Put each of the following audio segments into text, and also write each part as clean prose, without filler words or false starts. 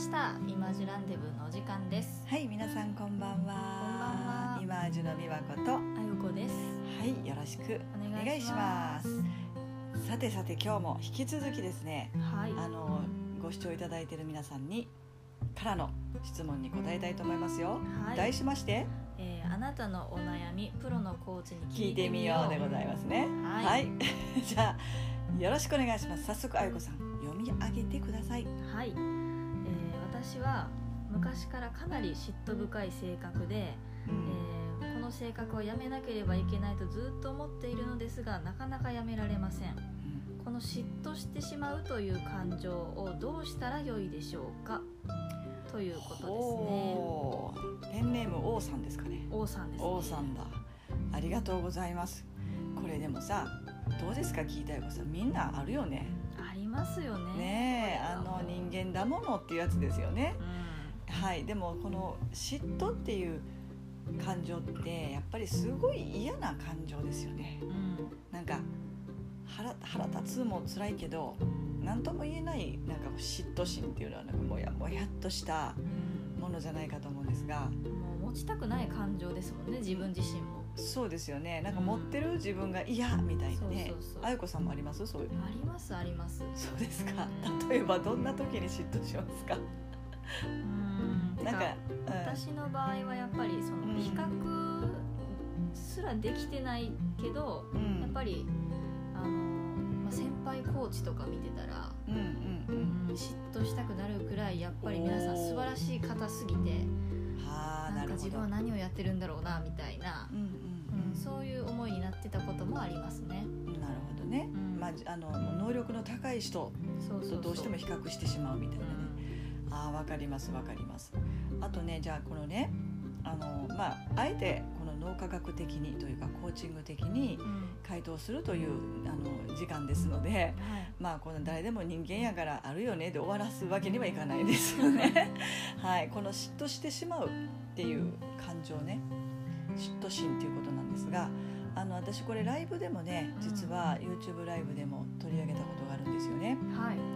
した。イマージュランデブーのお時間です。 はい、皆さんこんばんは。 こんばんは。 イマージュの美和子とあゆこです。 はい、よろしくお願いします。さて今日も引き続きですね、 はい、 ご視聴いただいている皆さんにからの質問に答えたいと思いますよ。 はい、 題しまして、 あなたのお悩みプロのコーチに聞いてみようでございますね。はい、じゃあよろしくお願いします。早速あゆこさん読み上げてください。 はい、私は昔からかなり嫉妬深い性格で、この性格をやめなければいけないとずっと思っているのですが、なかなかやめられません。この嫉妬してしまうという感情をどうしたらよいでしょうか、ということですね。 ペンネーム王さんですかね。 王さんですね。 王さんだ。ありがとうございます。これでもさ、どうですか、聞いたよこさん、みんなあるよね。 ありますよね。 ねえ、人間だものっていうやつですよね。はい。でもこの嫉妬っていう感情ってやっぱりすごい嫌な感情ですよね。なんか腹立つも辛いけど、何とも言えないなんか嫉妬心っていうのはなんかもやっとしたものじゃないかと思うんですが、 もう持ちたくない感情ですもんね、自分自身も。 そうですよね。なんか持ってる自分が嫌みたいなね。あゆこさんもあります？そういう。 あります。 そうですか。例えばどんな時に嫉妬しますか？なんか私の場合はやっぱりその比較すらできてないけど、やっぱり先輩コーチとか見てたら、嫉妬したくなるくらいやっぱり皆さん素晴らしい方すぎて、なんか自分は何をやってるんだろうなみたいな、そういう思いになってたこともありますね。 なるほどね。能力の高い人とどうしても比較してしまうみたいなね。わかります。あとね、じゃあこのね、あえてこの脳科学的にというかコーチング的に回答するという時間ですので、この誰でも人間やからあるよねで終わらすわけにはいかないですよね。はい、この嫉妬してしまうっていう感情ね、嫉妬心ということなんですが、私これライブでもね、実は YouTube ライブでも取り上げたことがあるんですよね。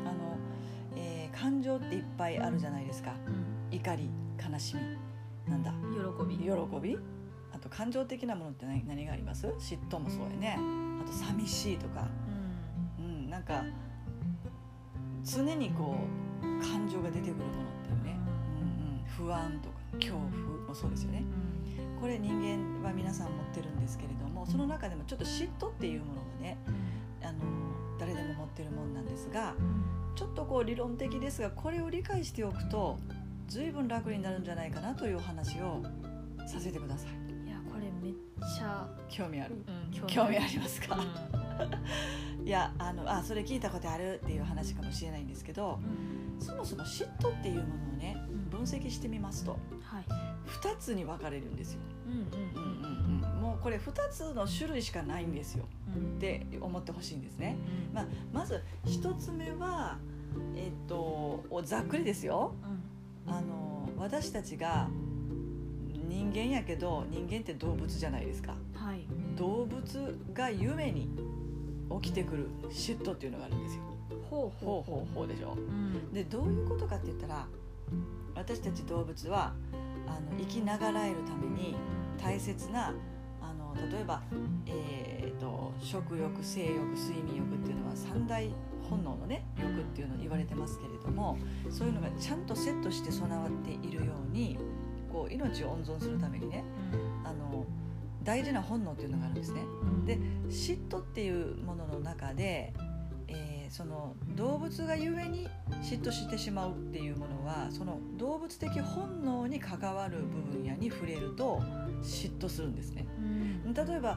感情っていっぱいあるじゃないですか。怒り、悲しみ、なんだ、喜び、あと感情的なものって何があります？嫉妬もそうやね。あと寂しいとか、なんか常にこう感情が出てくるものっていうね、不安とか恐怖もそうですよね。これ人間は皆さん持ってるんですけれども、その中でもちょっと嫉妬っていうものがね、誰でも持ってるもんなんですが、ちょっとこう理論的ですが、これを理解しておくと随分楽になるんじゃないかなというお話をさせてください。 いや、これめっちゃ興味ある？興味ありますか？いや、それ聞いたことあるっていう話かもしれないんですけど、そもそも嫉妬っていうものをね、分析してみますと、2つに分かれるんですよ。もうこれ2つの種類しかないんですよ、って思ってほしいんですね。まず1つ目はざっくりですよ。私たちが人間やけど、人間って動物じゃないですか。動物がゆえに起きてくる嫉妬っていうのがあるんですよ。ほうでしょ。で、どういうことかって言ったら、私たち動物は生きながらえるために大切な例えば、食欲、性欲、睡眠欲っていうのは三大本能のね、欲っていうのに言われてますけれども、そういうのがちゃんとセットして備わっているように、こう命を温存するためにね、大事な本能っていうのがあるんですね。で、嫉妬っていうものの中で、その動物がゆえに嫉妬してしまうっていうものは、その動物的本能に関わる部分やに触れると嫉妬するんですね。例えば、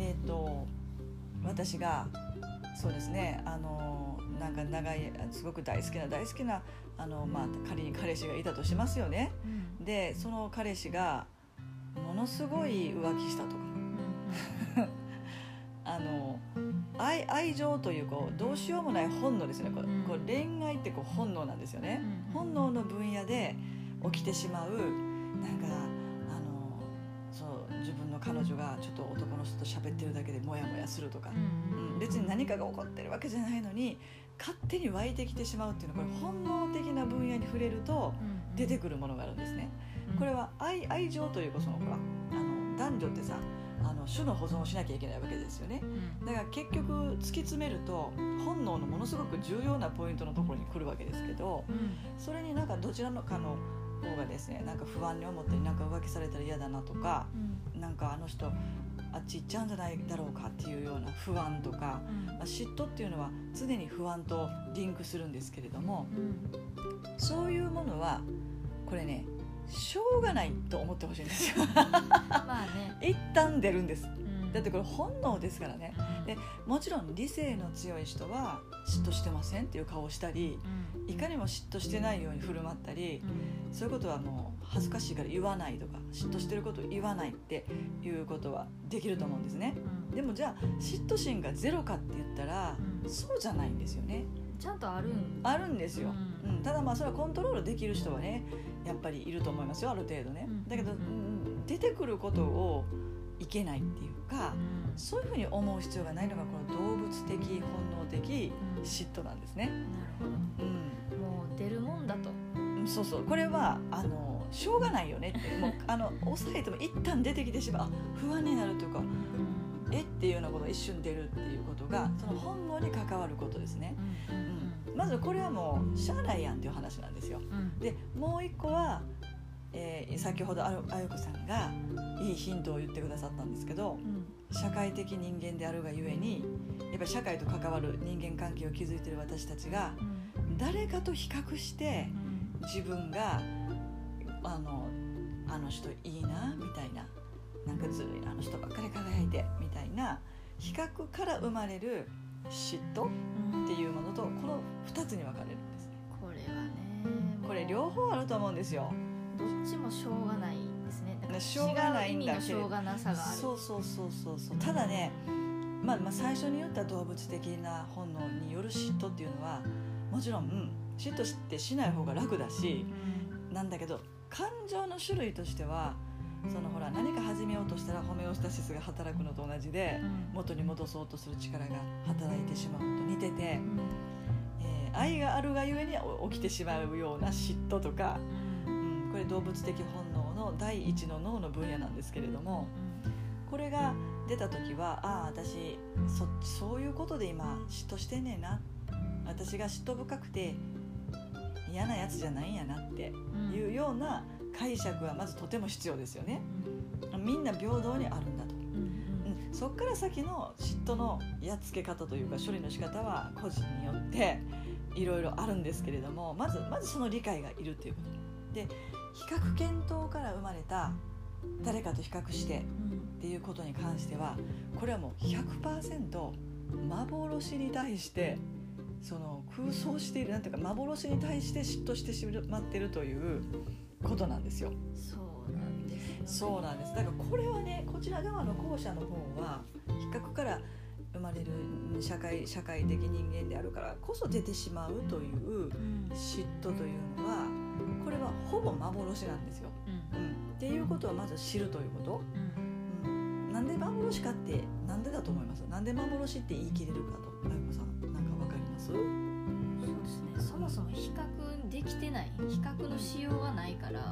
私がそうですね、なんか長いすごく大好きな仮に彼氏がいたとしますよね。で、その彼氏がものすごい浮気したとか、愛情というどうしようもない本能ですね。こう恋愛って本能なんですよね。本能の分野で起きてしまう、なんか自分の彼女がちょっと男の人と喋ってるだけでモヤモヤするとか、別に何かが起こってるわけじゃないのに勝手に湧いてきてしまうっていうのは、これ本能的な分野に触れると出てくるものがあるんですね。これは 愛情というか、そのほら男女ってさ、種の保存をしなきゃいけないわけですよね。だから結局突き詰めると本能のものすごく重要なポイントのところに来るわけですけど、それになんかどちらのかの方がですね、なんか不安に思ったり、なんか浮気されたら嫌だなとか、なんかあの人あっち行っちゃうんじゃないだろうかっていうような不安とか、嫉妬っていうのは常に不安とリンクするんですけれども、そういうものはこれね、しょうがないと思ってほしいんですよまあね、一旦出るんです。だってこれ本能ですからね。でもちろん理性の強い人は嫉妬してませんっていう顔をしたり、いかにも嫉妬してないように振る舞ったり、そういうことはもう恥ずかしいから言わないとか、嫉妬してることを言わないっていうことはできると思うんですね。でもじゃあ嫉妬心がゼロかって言ったら、そうじゃないんですよね。 ちゃんとあるんですよ、ただまあそれはコントロールできる人はね、やっぱりいると思いますよ、ある程度ね。だけど、出てくることをいけないっていうか、そういうふうに思う必要がないのがこの動物的本能的嫉妬なんですね。 なるほど、もう出るもんだと。 そうそう、これはしょうがないよねって、もう抑えても一旦出てきてしまう、不安になるというか、っていうようなことが一瞬出るっていうことが、その本能に関わることですね。まずこれはもうしゃあないやんっていう話なんですよ。でもう一個は、先ほどあゆこさんがいいヒントを言ってくださったんですけど、社会的人間であるがゆえに、やっぱり社会と関わる人間関係を築いている私たちが、誰かと比較して自分があの人いいなみたいな、なんかずるいな、あの人ばっかり輝いてみたいな比較から生まれる嫉妬っていうものと、この2つに分かれるんですね。 これはね、 これ両方あると思うんですよ。 どっちもしょうがないですね。 しょうがないんだけど、 違う意味のしょうがなさがある。 そうただね、まあ最初に言った動物的な本能による嫉妬っていうのはもちろん、嫉妬してしない方が楽だし、なんだけど感情の種類としては、そのほら何か始めようとしたらホメオスタシスが働くのと同じで、元に戻そうとする力が働いてしまうのと似てて、愛があるがゆえに起きてしまうような嫉妬とか、これ動物的本能の第一の脳の分野なんですけれども、これが出た時は、私そういうことで今嫉妬してんねんな、私が嫉妬深くて嫌なやつじゃないんやなっていうような解釈はまずとても必要ですよね。みんな平等にあるんだと、そっから先の嫉妬のやっつけ方というか処理の仕方は個人によっていろいろあるんですけれども、まずその理解がいるということで、比較検討から生まれた誰かと比較してっていうことに関しては、これはもう 100% 幻に対してその空想している、なんていうか幻に対して嫉妬してしまっているということなんですよ。そうなんです。だからこれはね、こちら側の後者の方は比較から生まれる社会的人間であるからこそ出てしまうという嫉妬というのは、これはほぼ幻なんですよ、っていうことをまず知るということ、なんで幻かってなんでだと思います？なんで幻って言い切れるかと、あゆこさんなんかわかります？ そうですね、そもそも比較できてない、比較のしようがないから、だ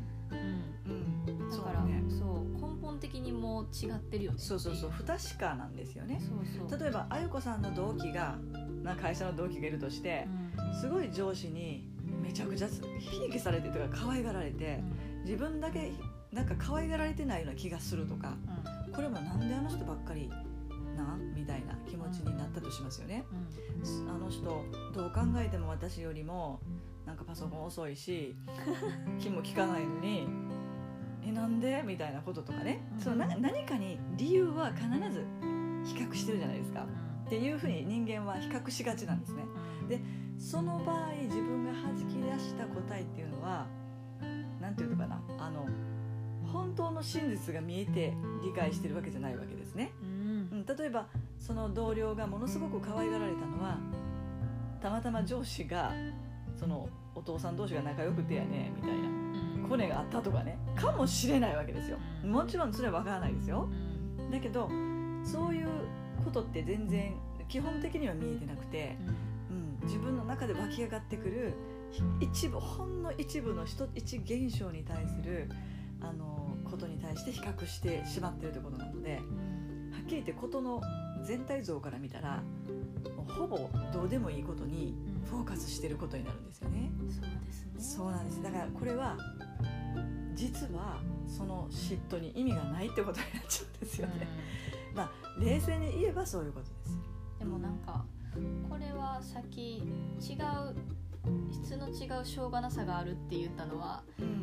から、根本的にもう違ってるよね。 不確かなんですよね。例えばあゆこさんの同期が会社の同期がいるとして、すごい上司にめちゃくちゃひいきされてとか可愛がられて、自分だけなんか可愛がられてないような気がするとか、これもなんであの人ばっかりみたいな気持ちになったとしますよね。あの人どう考えても私よりもなんかパソコン遅いし気も利かないのになんでみたいなこととかね、その何かに理由は必ず比較してるじゃないですか、っていうふうに人間は比較しがちなんですね。でその場合自分が弾き出した答えっていうのはなんていうのかな、本当の真実が見えて理解してるわけじゃないわけですね。例えばその同僚がものすごく可愛がられたのは、たまたま上司がそのお父さん同士が仲良くてやねみたいなコネがあったとかねかもしれないわけですよ。もちろんそれは分からないですよ。だけどそういうことって全然基本的には見えてなくて、自分の中で湧き上がってくるほんの一部の一現象に対することに対して比較してしまっているということなので、はっきり言ってことの全体像から見たらもうほぼどうでもいいことにフォーカスしていることになるんですよね。 そうですね。 そうなんです。だからこれは実はその嫉妬に意味がないってことになっちゃうんですよね。まあ冷静に言えばそういうことです。 でもなんかこれはさっき質の違うしょうがなさがあるって言ったのは、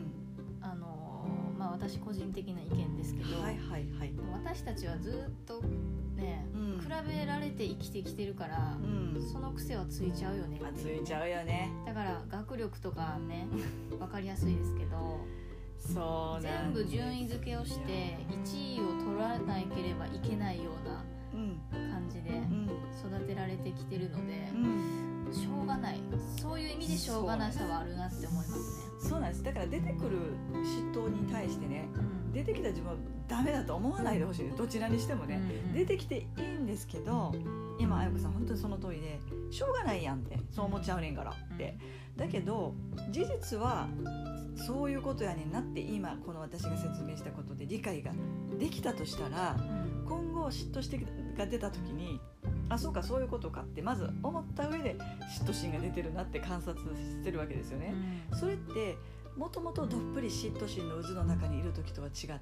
まあ私個人的な意見ですけど、私たちはずっとね、比べられて生きてきてるから、その癖はついちゃうよねっていう、 ついちゃうよね。 だから学力とかね分かりやすいですけど、 そう全部順位付けをして1位を取らなければいけないような感じで育てられてきてるので、しょうがない、そういう意味でしょうがなさはあるなって思いますね。 そうなんです。だから出てくる嫉妬に対してね、出てきた自分はダメだと思わないでほしい。どちらにしてもね、出てきていいんですけど、今あやこさん本当にその通りで、しょうがないやんってそう思っちゃうねんからって、だけど事実はそういうことやねんなって今この私が説明したことで理解ができたとしたら、今後嫉妬してが出た時に、あ、そうかそういうことかってまず思った上で嫉妬心が出てるなって観察してるわけですよね。それってもともとどっぷり嫉妬心の渦の中にいる時とは違って、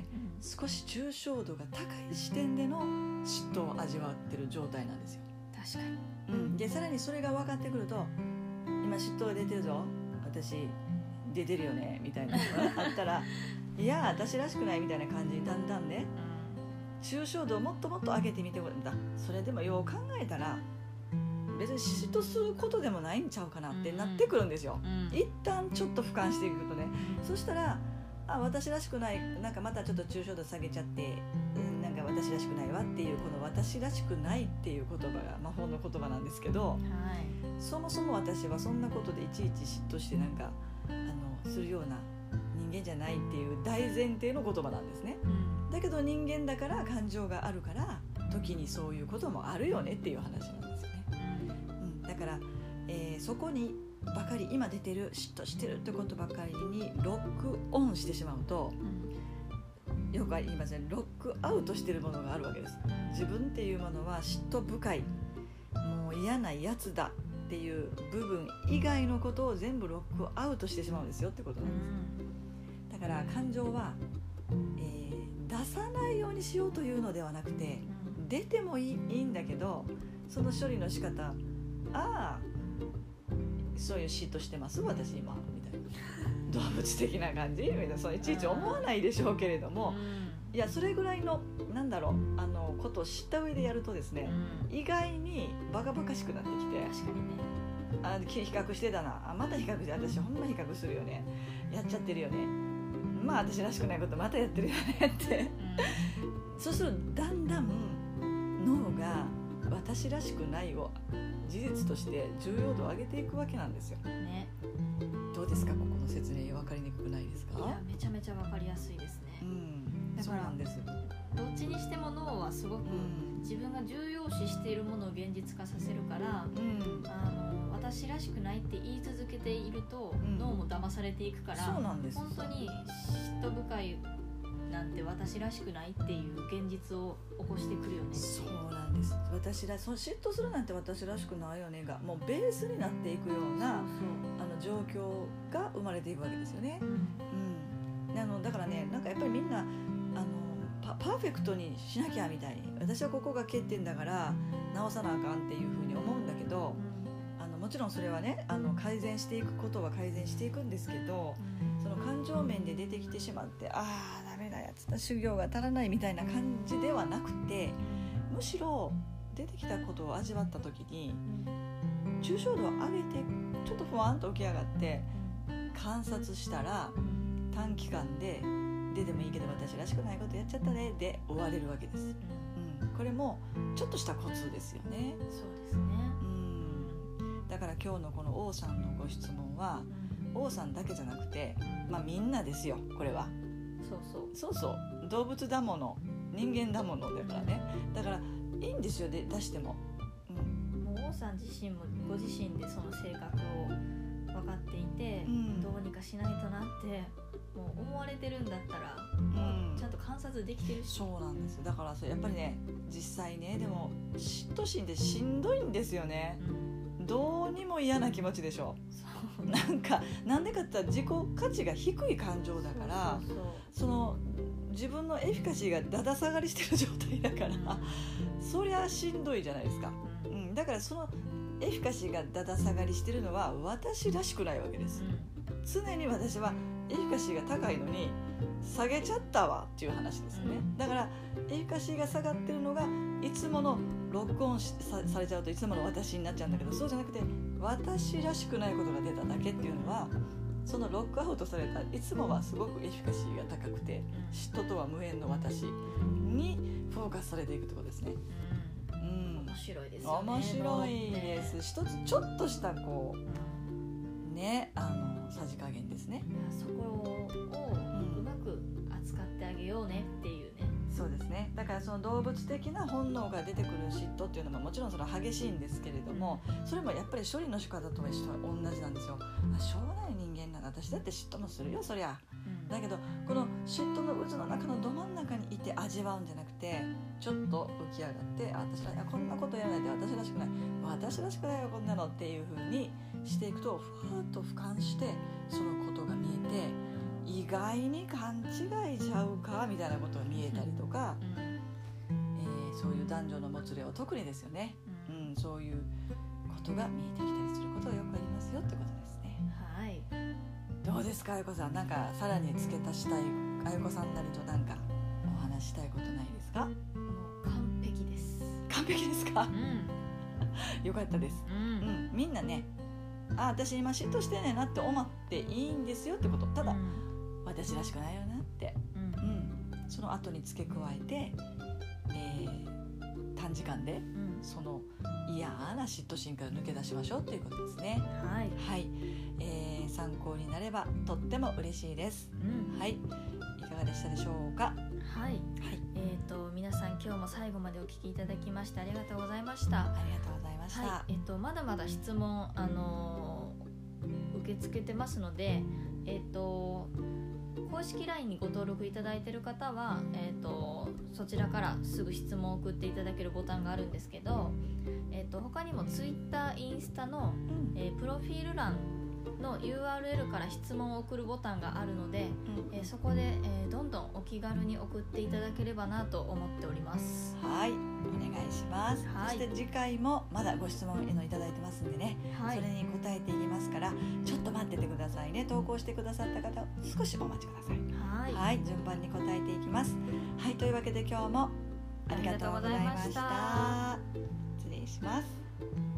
少し抽象度が高い視点での嫉妬を味わってる状態なんですよ。 確かに、 でさらにそれが分かってくると、今嫉妬が出てるぞ、私出てるよねみたいなのがあったらいや私らしくないみたいな感じにだんだんね、抽象度をもっともっと上げてみてもらうんだ。それでもよう考えたら別に嫉妬することでもないんちゃうかなってなってくるんですよ。一旦ちょっと俯瞰していくとね、そしたら私らしくない、なんかまたちょっと抽象度下げちゃって、なんか私らしくないわっていう、この私らしくないっていう言葉が魔法の言葉なんですけど、そもそも私はそんなことでいちいち嫉妬してなんかするような人間じゃないっていう大前提の言葉なんですね。だけど人間だから感情があるから時にそういうこともあるよねっていう話なんですよね。だから、そこにばかり今出てる嫉妬してるってことばかりにロックオンしてしまうと、よく言いますね、ロックアウトしてるものがあるわけです。自分っていうものは嫉妬深い、もう嫌なやつだっていう部分以外のことを全部ロックアウトしてしまうんですよってことなんです。だから感情は、出さないようにしようというのではなくて、出てもいいんだけど、その処理の仕方、そういう嫉妬してます私今みたいな、動物的な感じみたいな、そういちいち思わないでしょうけれども、いやそれぐらいのことを知った上でやるとですね、意外にバカバカしくなってきて、 確かにね、 比較してたな、また比較して、私ほんま比較するよね、やっちゃってるよね、私らしくないことまたやってるよねってそうするとだんだん脳が私らしくないを事実として重要度を上げていくわけなんですよ、ね、どうですか、ここの説明分かりにくくないですか？ いやめちゃめちゃ分かりやすいですね、だからそうなんです。 どっちにしても脳はすごく自分が重要視しているものを現実化させるから、私らしくないって言い続けていると、脳も騙されていくから、 そうなんです。 本当に嫉妬深いなんて私らしくないっていう現実を起こしてくるよね。 そうなんです。その嫉妬するなんて私らしくないよねがもうベースになっていくような状況が生まれていくわけですよね。だからね、なんかやっぱりみんなパーフェクトにしなきゃみたいに、私はここが欠点だから直さなあかんっていうふうに思うんだけど、もちろんそれはね、改善していくことは改善していくんですけど、その感情面で出てきてしまって、ダメなやつだ、修行が足らないみたいな感じではなくて、むしろ出てきたことを味わった時に抽象度を上げて、ちょっとふわんと起き上がって観察したら、短期間で出てもいいけど私らしくないことやっちゃったねで終われるわけです、これもちょっとしたコツですよね。 そうですね。 だから今日のこの王さんのご質問は、 王さんだけじゃなくて、みんなですよこれは。そう動物だもの人間だものだからね、だからいいんですよで出しても、 もう王さん自身もご自身でその性格を分かっていて、どうにかしないとなってもう思われてるんだったら、もうちゃんと観察できてるし、 そうなんですよ。だからやっぱりね実際ねでも嫉妬心ってしんどいんですよね、どうにも嫌な気持ちでしょ。なんでかって言ったら自己価値が低い感情だから、その自分のエフィカシーがだだ下がりしてる状態だから、そりゃしんどいじゃないですか、だからそのエフィカシーがだだ下がりしてるのは私らしくないわけです、常に私はエフィカシーが高いのに下げちゃったわっていう話ですよね、だからエフィカシーが下がってるのがいつものロックオン されちゃうといつもの私になっちゃうんだけど、そうじゃなくて私らしくないことが出ただけっていうのは、そのロックアウトされたいつもはすごくエフィカシーが高くて嫉妬とは無縁の私にフォーカスされていくってことですね、 面白いですよね。 面白いです。一つちょっとしたこうねさじ加減ですね。 そこをうまく扱ってあげようねっていうね。 そうですね。だからその動物的な本能が出てくる嫉妬っていうのももちろんそれは激しいんですけれども、それもやっぱり処理の仕方とは一緒同じなんですよ。しょうがない人間なら私だって嫉妬もするよそりゃ。だけどこの嫉妬の渦の中のど真ん中にいて味わうんじゃなくて、ちょっと浮き上がって私らこんなことやらないで私らしくないよこんなのっていう風にしていくと、ふわっと俯瞰してそのことが見えて、意外に勘違いちゃうかみたいなことが見えたりとか、そういう男女のもつれを特にですよね、そういうことが見えてきたりすることがよくありますよってことですね。 はい。 どうですかあゆこさん、なんかさらに付け足したいあゆこさんなりとなんかお話したいことないですか？ もう完璧です。 完璧ですか？よかったです、みんなね、私今嫉妬してねえなって思っていいんですよってこと。ただ、私らしくないよなって、その後に付け加えて、短時間で、その嫌な嫉妬心から抜け出しましょうということですね。 はい、 はい、参考になればとっても嬉しいです、はい、いかがでしたでしょうか？ はい、皆さん今日も最後までお聞きいただきましてありがとうございました。 ありがとうございました、 はい、まだまだ質問、受け付けてますので、公式 LINE にご登録いただいている方は、そちらからすぐ質問を送っていただけるボタンがあるんですけど、他にも Twitter、インスタの、プロフィール欄の URL から質問を送るボタンがあるので、そこで、どんどんお気軽に送っていただければなと思っております。 はい、お願いします、そして次回もまだご質問いただいてますんでね、それに答えていきますから、ちょっと待っててくださいね。投稿してくださった方少しお待ちください。はい、順番に答えていきます。はい、というわけで今日もありがとうございました。失礼します。